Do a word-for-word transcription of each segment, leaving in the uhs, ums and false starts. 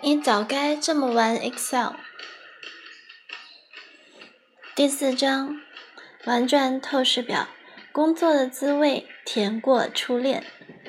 你早该这么玩 Excel。 第四章，玩转透视表，工作的滋味甜过初恋。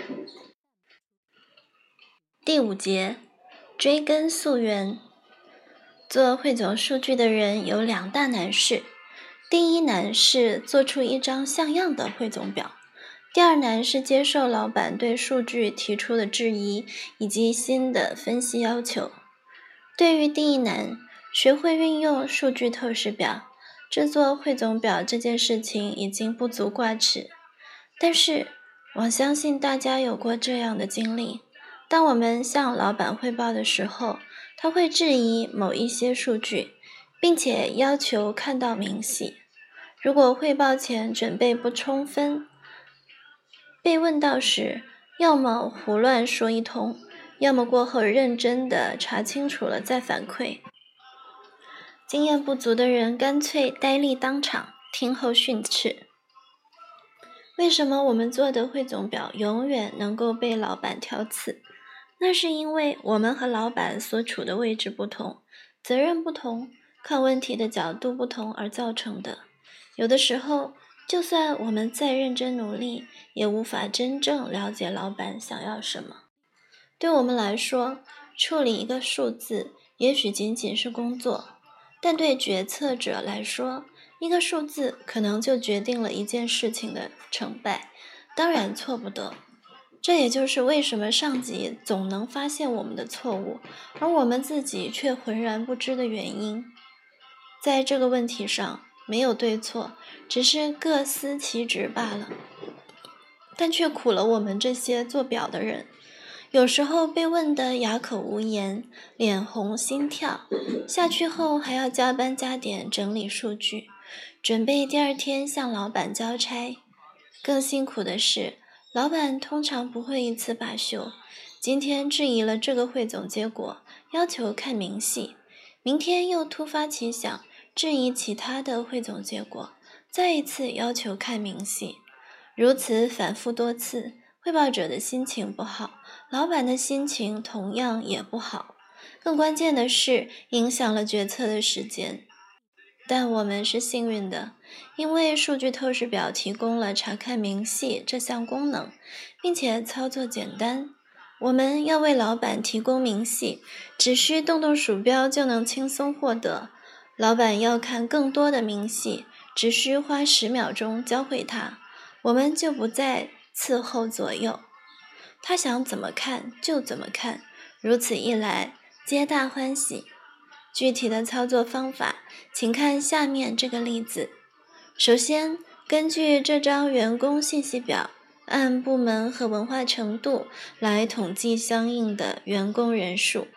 第五节，追根溯源。做汇总数据的人有两大难事，第一难是做出一张像样的汇总表，第二难是接受老板对数据提出的质疑以及新的分析要求。对于第一难，学会运用数据透视表，制作汇总表这件事情已经不足挂齿。但是，我相信大家有过这样的经历，当我们向老板汇报的时候，他会质疑某一些数据，并且要求看到明细。如果汇报前准备不充分，被问到时，要么胡乱说一通，要么过后认真地查清楚了再反馈。经验不足的人干脆呆立当场，听候训斥。为什么我们做的汇总表永远能够被老板挑刺？那是因为我们和老板所处的位置不同，责任不同，看问题的角度不同而造成的。有的时候，就算我们再认真努力，也无法真正了解老板想要什么。对我们来说，处理一个数字也许仅仅是工作，但对决策者来说，一个数字可能就决定了一件事情的成败，当然错不得。这也就是为什么上级总能发现我们的错误，而我们自己却浑然不知的原因。在这个问题上，没有对错，只是各司其职罢了。但却苦了我们这些做表的人，有时候被问得哑口无言，脸红心跳，下去后还要加班加点整理数据，准备第二天向老板交差。更辛苦的是，老板通常不会一次罢休，今天质疑了这个汇总结果，要求看明细，明天又突发奇想，质疑其他的汇总结果，再一次要求看明细。如此反复多次，汇报者的心情不好，老板的心情同样也不好。更关键的是，影响了决策的时间。但我们是幸运的，因为数据透视表提供了查看明细这项功能，并且操作简单。我们要为老板提供明细，只需动动鼠标就能轻松获得。老板要看更多的明细，只需花十秒钟教会他，我们就不再伺候左右。他想怎么看就怎么看，如此一来，皆大欢喜。具体的操作方法，请看下面这个例子。首先，根据这张员工信息表，按部门和文化程度来统计相应的员工人数。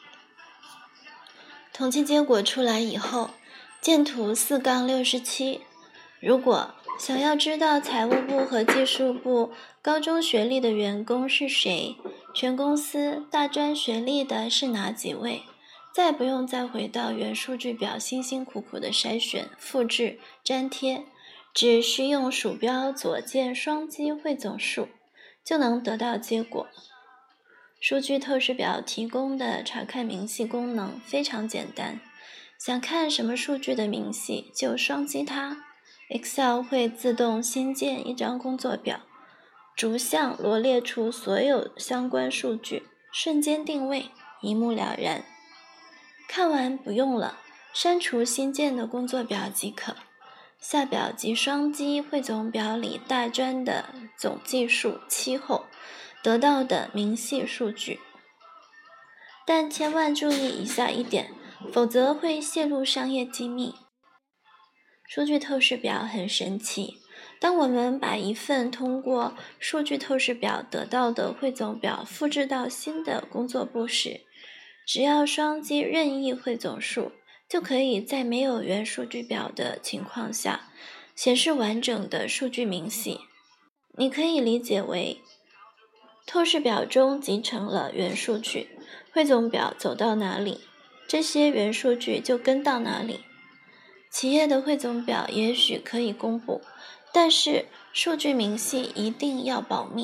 统计结果出来以后，见图 四杠六十七。如果想要知道财务部和技术部高中学历的员工是谁，全公司大专学历的是哪几位，再不用再回到原数据表辛辛苦苦的筛选、复制、粘贴，只需用鼠标左键双击汇总数，就能得到结果。数据透视表提供的查看明细功能非常简单，想看什么数据的明细就双击它， Excel 会自动新建一张工作表，逐项罗列出所有相关数据，瞬间定位，一目了然。看完不用了，删除新建的工作表即可。下表即双击汇总表里大专的总计数期后得到的明细数据。但千万注意以下一点，否则会泄露商业机密。数据透视表很神奇，当我们把一份通过数据透视表得到的汇总表复制到新的工作簿时，只要双击任意汇总数，就可以在没有原数据表的情况下显示完整的数据明细。你可以理解为，透视表中集成了原数据，汇总表走到哪里，这些原数据就跟到哪里。企业的汇总表也许可以公布，但是数据明细一定要保密。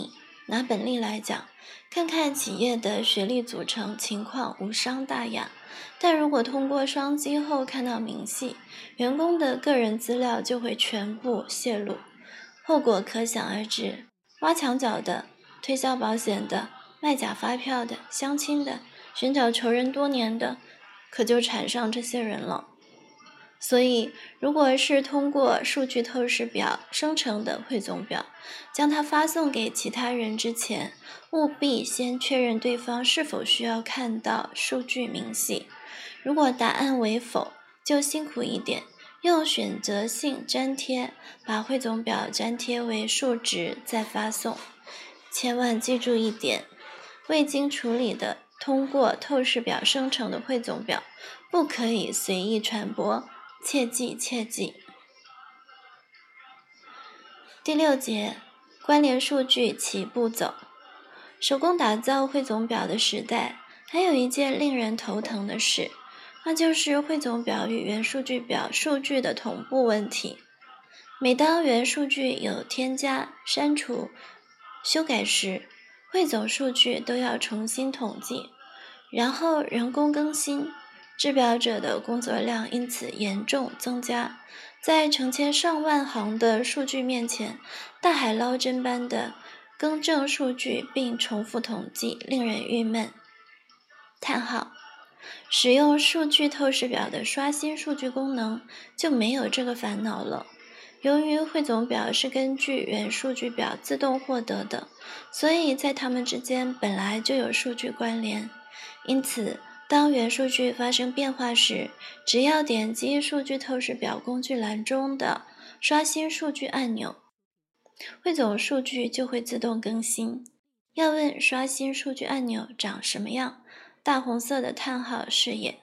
拿本利来讲，看看企业的学历组成情况无伤大雅，但如果通过双击后看到明细，员工的个人资料就会全部泄露，后果可想而知。挖墙脚的、推销保险的、卖假发票的、相亲的、寻找仇人多年的，可就缠上这些人了。所以，如果是通过数据透视表生成的汇总表，将它发送给其他人之前，务必先确认对方是否需要看到数据明细。如果答案为否，就辛苦一点，用选择性粘贴把汇总表粘贴为数值再发送。千万记住一点，未经处理的通过透视表生成的汇总表，不可以随意传播。切记切记。第六节，关联数据起步走。手工打造汇总表的时代，还有一件令人头疼的事，那就是汇总表与原数据表数据的同步问题。每当原数据有添加、删除、修改时，汇总数据都要重新统计，然后人工更新。制表者的工作量因此严重增加，在成千上万行的数据面前，大海捞针般的更正数据并重复统计，令人郁闷。叹号，使用数据透视表的刷新数据功能就没有这个烦恼了。由于汇总表是根据原数据表自动获得的，所以在它们之间本来就有数据关联，因此当原数据发生变化时，只要点击数据透视表工具栏中的刷新数据按钮，汇总数据就会自动更新。要问刷新数据按钮长什么样，大红色的叹号是也。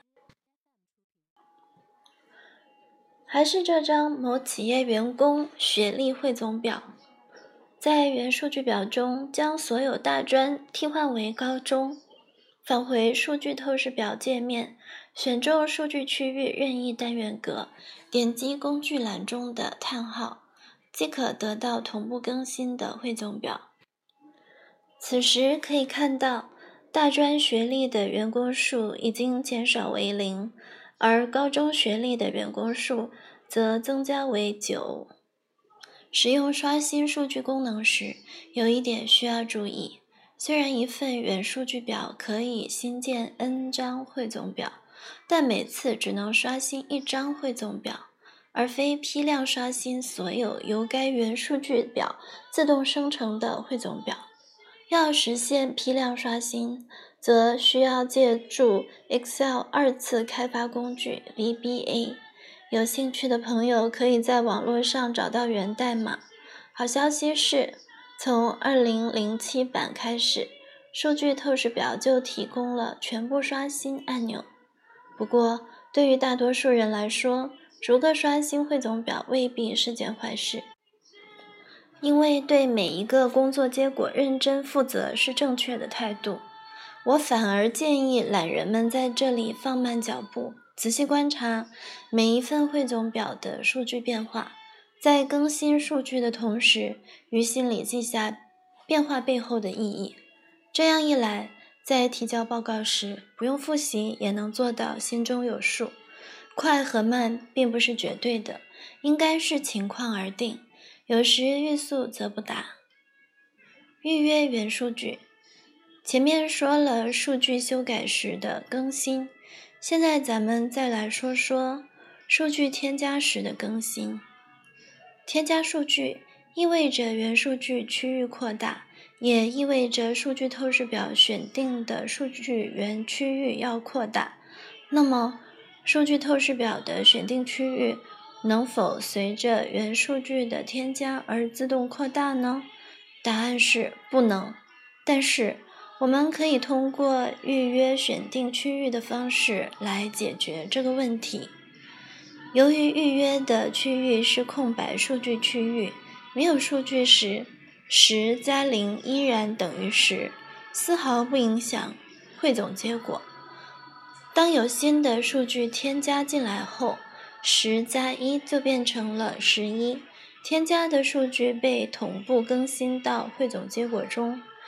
还是这张某企业员工学历汇总表，在原数据表中将所有大专替换为高中。返回数据透视表界面，选中数据区域任意单元格，点击工具栏中的叹号，即可得到同步更新的汇总表。此时可以看到，大专学历的员工数已经减少为零，而高中学历的员工数则增加为九。使用刷新数据功能时，有一点需要注意。虽然一份原数据表可以新建 N 张汇总表，但每次只能刷新一张汇总表，而非批量刷新所有由该原数据表自动生成的汇总表。要实现批量刷新，则需要借助 Excel 二次开发工具 V B A。有兴趣的朋友可以在网络上找到源代码。好消息是，从二零零七版开始，数据透视表就提供了全部刷新按钮。不过，对于大多数人来说，逐个刷新汇总表未必是件坏事，因为对每一个工作结果认真负责是正确的态度。我反而建议懒人们在这里放慢脚步，仔细观察每一份汇总表的数据变化，在更新数据的同时，于心里记下变化背后的意义。这样一来，在提交报告时，不用复习也能做到心中有数。快和慢并不是绝对的，应该视情况而定，有时欲速则不达。预约原数据，前面说了数据修改时的更新，现在咱们再来说说数据添加时的更新。添加数据意味着原数据区域扩大，也意味着数据透视表选定的数据源区域要扩大。那么，数据透视表的选定区域能否随着原数据的添加而自动扩大呢？答案是不能。但是，我们可以通过预约选定区域的方式来解决这个问题。由于预约的区域是空白数据区域，没有数据时，十加零依然等于十，丝毫不影响汇总结果。当有新的数据添加进来后，十加一就变成了十一，添加的数据被同步更新到汇总结果中。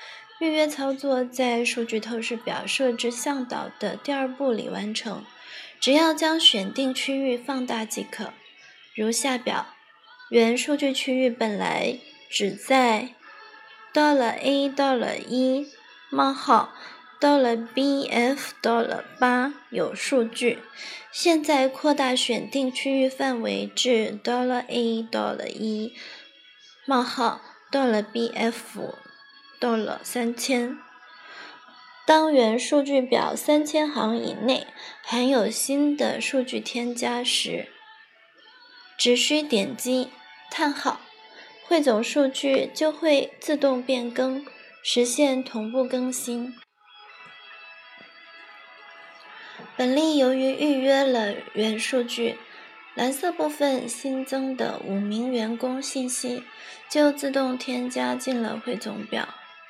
预约操作在数据透视表设置向导的第二步里完成，只要将选定区域放大即可。如下表，原数据区域本来只在 $A 一 冒号 $B F 八 有数据，现在扩大选定区域范围至 $A 一 冒号 $B F 三千。当原数据表三千行以内含有新的数据添加时，只需点击叹号，汇总数据就会自动变更，实现同步更新。本例由于预约了原数据，蓝色部分新增的五名员工信息就自动添加进了汇总表。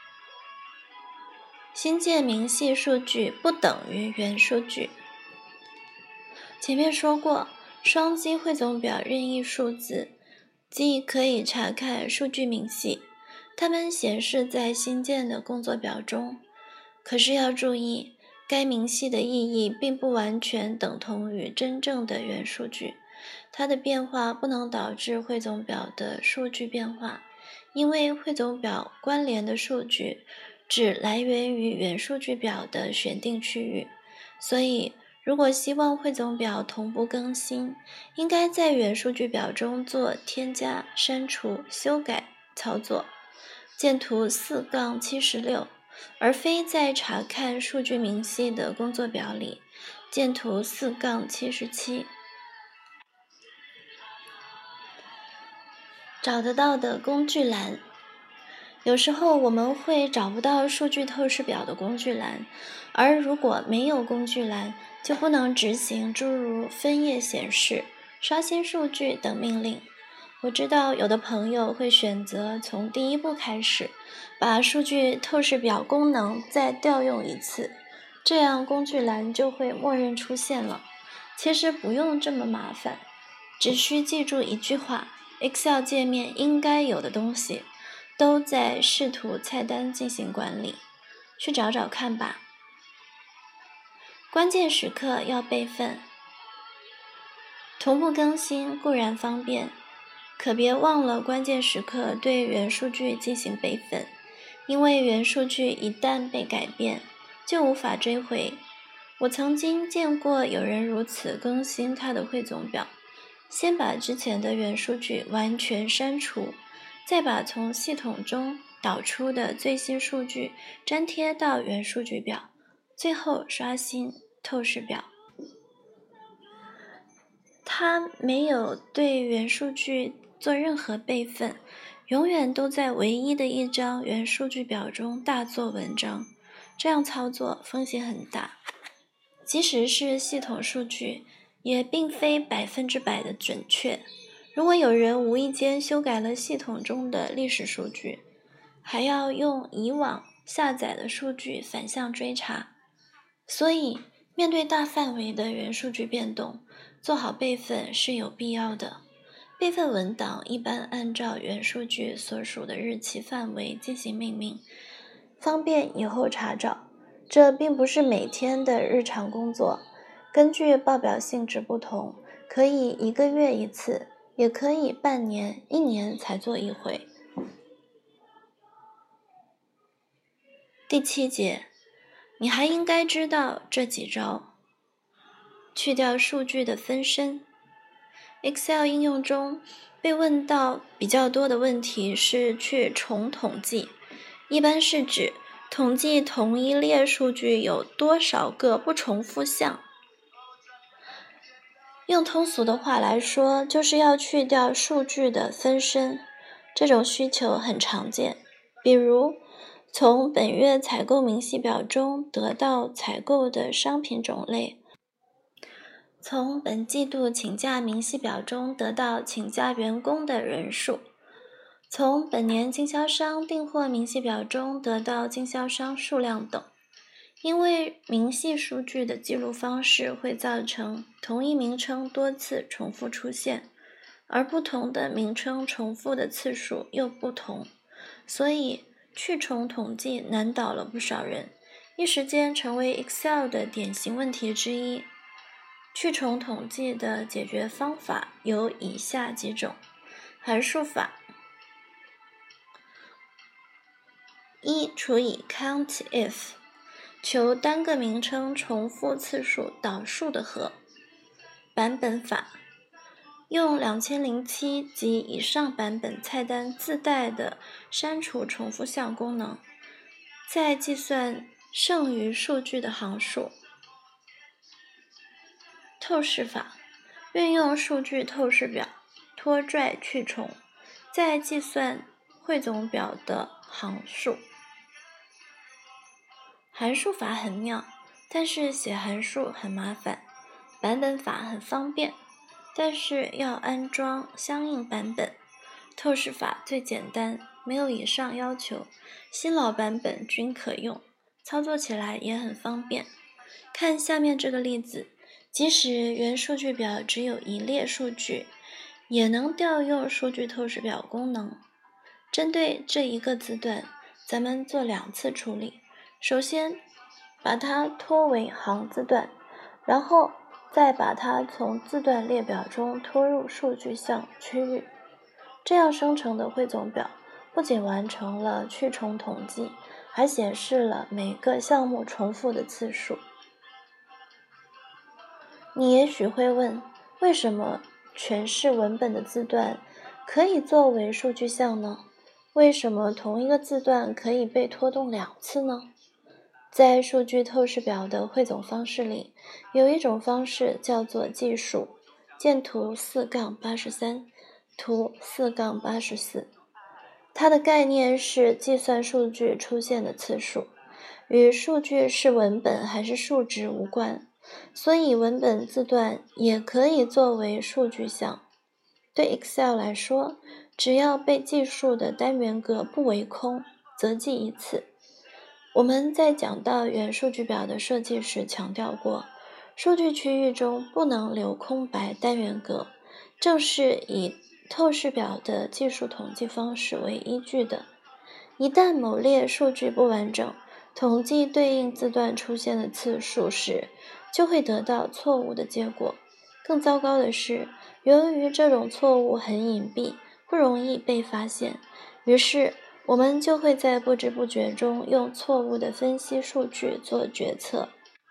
新建明细数据不等于原数据。前面说过，双击汇总表任意数字，即可以查看数据明细，它们显示在新建的工作表中。可是要注意，该明细的意义并不完全等同于真正的原数据，它的变化不能导致汇总表的数据变化，因为汇总表关联的数据只来源于原数据表的选定区域，所以如果希望汇总表同步更新，应该在原数据表中做添加、删除、修改操作，见图 四七十六， 而非在查看数据明细的工作表里，见图 四七十七。找得到的工具栏，有时候我们会找不到数据透视表的工具栏，而如果没有工具栏，就不能执行诸如分页显示、刷新数据等命令。我知道有的朋友会选择从第一步开始，把数据透视表功能再调用一次，这样工具栏就会默认出现了。其实不用这么麻烦，只需记住一句话， Excel 界面应该有的东西都在视图菜单进行管理，去找找看吧。关键时刻要备份，同步更新固然方便，可别忘了关键时刻对原数据进行备份，因为原数据一旦被改变，就无法追回。我曾经见过有人如此更新他的汇总表，先把之前的原数据完全删除，再把从系统中导出的最新数据粘贴到原数据表，最后刷新透视表。他没有对原数据做任何备份，永远都在唯一的一张原数据表中大做文章，这样操作风险很大。即使是系统数据，也并非百分之百的准确。如果有人无意间修改了系统中的历史数据，还要用以往下载的数据反向追查。所以，面对大范围的原数据变动，做好备份是有必要的。备份文档一般按照原数据所属的日期范围进行命名，方便以后查找。这并不是每天的日常工作，根据报表性质不同，可以一个月一次，也可以半年、一年才做一回。第七节，你还应该知道这几招。去掉数据的分身。Excel 应用中被问到比较多的问题是去重统计，一般是指统计同一列数据有多少个不重复项。用通俗的话来说，就是要去掉数据的分身。这种需求很常见，比如从本月采购明细表中得到采购的商品种类，从本季度请假明细表中得到请假员工的人数，从本年经销商订货明细表中得到经销商数量等。因为明细数据的记录方式会造成同一名称多次重复出现，而不同的名称重复的次数又不同，所以去重统计难倒了不少人，一时间成为 Excel 的典型问题之一。去重统计的解决方法有以下几种：函数法。一、除以 COUNTIF， 求单个名称重复次数导数的和。版本法，用两千零七及以上版本菜单自带的删除重复项功能，再计算剩余数据的行数。透视法，运用数据透视表拖拽去重，再计算汇总表的行数。函数法很妙，但是写函数很麻烦。版本法很方便，但是要安装相应版本。透视法最简单，没有以上要求，新老版本均可用，操作起来也很方便。看下面这个例子，即使原数据表只有一列数据，也能调用数据透视表功能。针对这一个字段，咱们做两次处理。首先，把它拖为行字段，然后再把它从字段列表中拖入数据项区域。这样生成的汇总表不仅完成了去重统计，还显示了每个项目重复的次数。你也许会问，为什么全是文本的字段可以作为数据项呢？为什么同一个字段可以被拖动两次呢？在数据透视表的汇总方式里，有一种方式叫做计数，见图 四八十三， 图 四八十四。它的概念是计算数据出现的次数，与数据是文本还是数值无关，所以文本字段也可以作为数据项。对 Excel 来说，只要被计数的单元格不为空，则记一次。我们在讲到原数据表的设计时强调过，数据区域中不能留空白单元格，正是以透视表的计数统计方式为依据的。一旦某列数据不完整，统计对应字段出现的次数时，就会得到错误的结果。更糟糕的是，由于这种错误很隐蔽，不容易被发现，于是我们就会在不知不觉中用错误的分析数据做决策。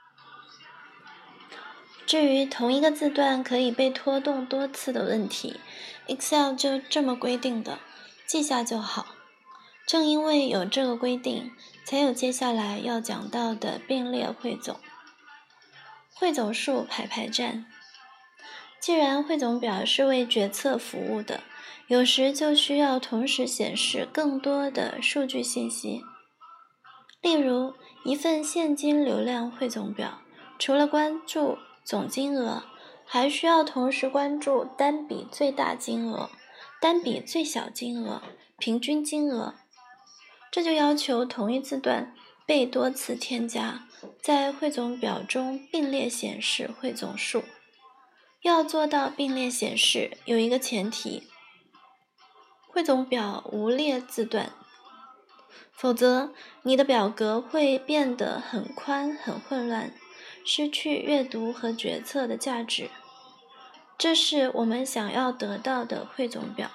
至于同一个字段可以被拖动多次的问题， Excel 就这么规定的，记下就好。正因为有这个规定，才有接下来要讲到的并列汇总。汇总数排排站。既然汇总表是为决策服务的，有时就需要同时显示更多的数据信息。例如，一份现金流量汇总表，除了关注总金额，还需要同时关注单笔最大金额、单笔最小金额、平均金额。这就要求同一字段被多次添加，在汇总表中并列显示汇总数。要做到并列显示，有一个前提，汇总表无列字段，否则你的表格会变得很宽很混乱，失去阅读和决策的价值。这是我们想要得到的汇总表。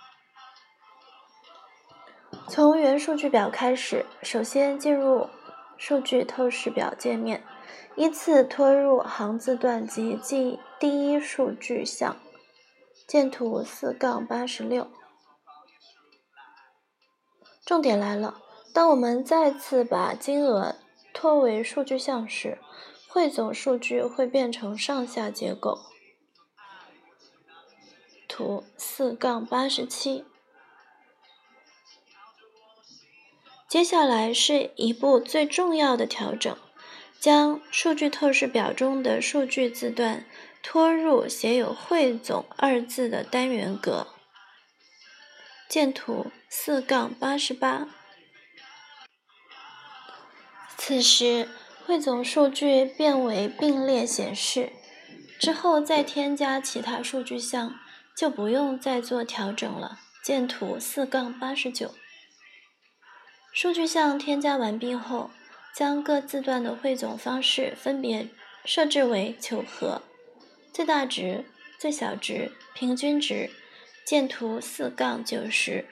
从原数据表开始，首先进入数据透视表界面，依次拖入行字段及记第一数据项，见图 四八十六。重点来了，当我们再次把金额拖为数据项时，汇总数据会变成上下结构，图 四八十七。接下来是一步最重要的调整，将数据透视表中的数据字段拖入写有汇总二字的单元格，见图 四八十八。此时汇总数据变为并列显示，之后再添加其他数据项就不用再做调整了，见图 四八十九。 数据项添加完毕后，将各字段的汇总方式分别设置为求和、最大值、最小值、平均值、见图四杠九十。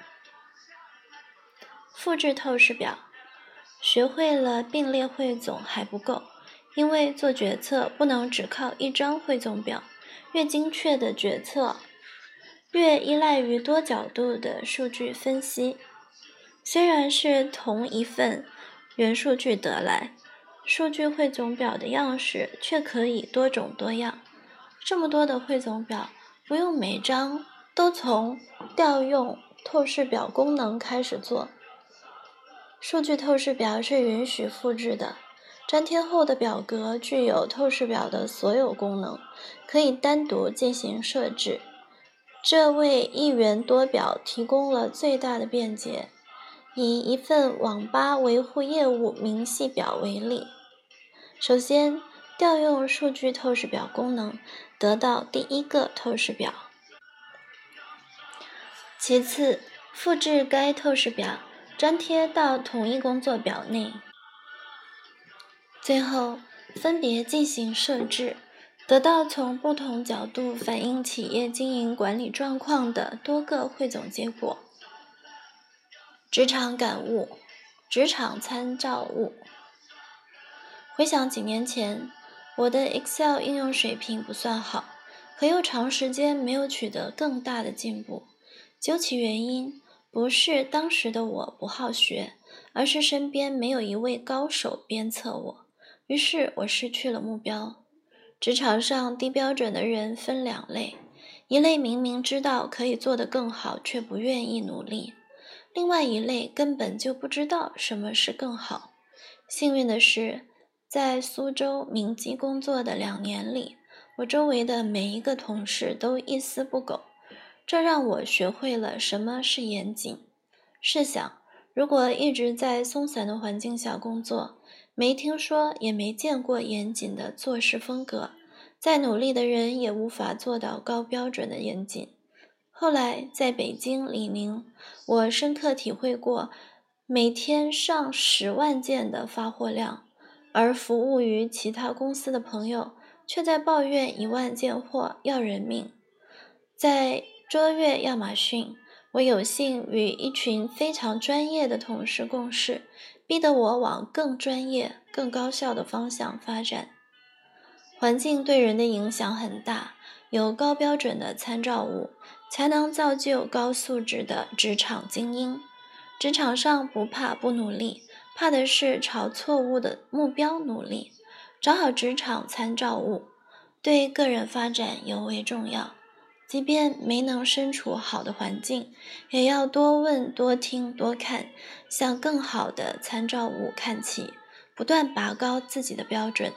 复制透视表，学会了并列汇总还不够，因为做决策不能只靠一张汇总表，越精确的决策越依赖于多角度的数据分析。虽然是同一份原数据得来，数据汇总表的样式却可以多种多样。这么多的汇总表，不用每张都从调用透视表功能开始做。数据透视表是允许复制的，粘贴后的表格具有透视表的所有功能，可以单独进行设置，这为一元多表提供了最大的便捷。以一份网吧维护业务明细表为例，首先调用数据透视表功能，得到第一个透视表。其次，复制该透视表，粘贴到同一工作表内。最后，分别进行设置，得到从不同角度反映企业经营管理状况的多个汇总结果。职场感悟，职场参照物。回想几年前，我的 Excel 应用水平不算好，可又长时间没有取得更大的进步。究其原因，不是当时的我不好学，而是身边没有一位高手鞭策我，于是我失去了目标。职场上低标准的人分两类，一类明明知道可以做得更好，却不愿意努力。另外一类根本就不知道什么是更好。幸运的是，在苏州明基工作的两年里，我周围的每一个同事都一丝不苟，这让我学会了什么是严谨。试想，如果一直在松散的环境下工作，没听说也没见过严谨的做事风格，再努力的人也无法做到高标准的严谨。后来在北京李宁，我深刻体会过每天上十万件的发货量，而服务于其他公司的朋友却在抱怨一万件货要人命。在卓越亚马逊，我有幸与一群非常专业的同事共事，逼得我往更专业、更高效的方向发展。环境对人的影响很大，有高标准的参照物，才能造就高素质的职场精英。职场上不怕不努力，怕的是朝错误的目标努力。找好职场参照物，对个人发展尤为重要。即便没能身处好的环境，也要多问、多听、多看，向更好的参照物看齐，不断拔高自己的标准。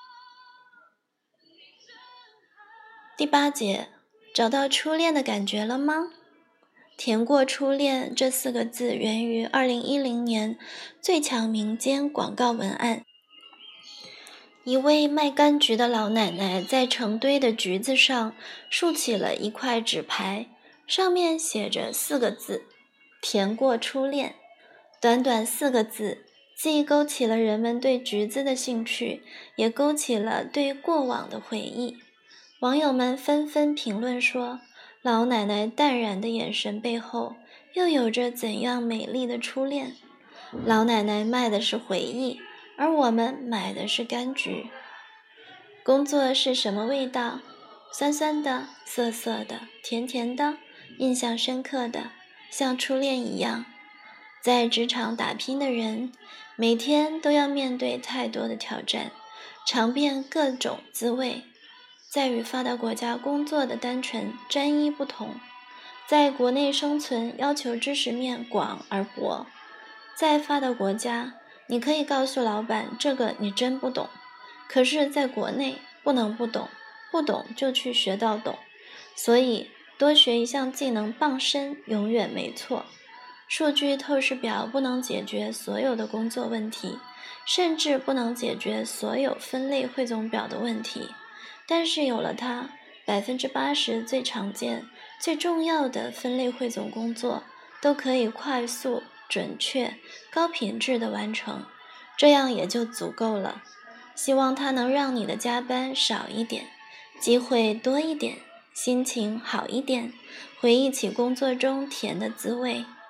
第八节，找到初恋的感觉了吗？甜过初恋这四个字源于二零一零年最强民间广告文案。一位卖柑橘的老奶奶在成堆的橘子上竖起了一块纸牌，上面写着四个字：甜过初恋。短短四个字，既勾起了人们对橘子的兴趣，也勾起了对过往的回忆。网友们纷纷评论说，老奶奶淡然的眼神背后，又有着怎样美丽的初恋？老奶奶卖的是回忆，而我们买的是柑橘。工作是什么味道？酸酸的、涩涩的、甜甜的，印象深刻的，像初恋一样。在职场打拼的人，每天都要面对太多的挑战，尝遍各种滋味。在与发达国家工作的单纯沾一不同，在国内生存要求知识面广而博。在发达国家，你可以告诉老板这个你真不懂，可是在国内不能不懂，不懂就去学到懂。所以多学一项技能傍身永远没错。数据透视表不能解决所有的工作问题，甚至不能解决所有分类汇总表的问题。但是有了它， 百分之八十 最常见、最重要的分类汇总工作都可以快速、 准确、高品质的完成，这样也就足够了。希望它能让你的加班少一点，机会多一点，心情好一点，回忆起工作中甜的滋味。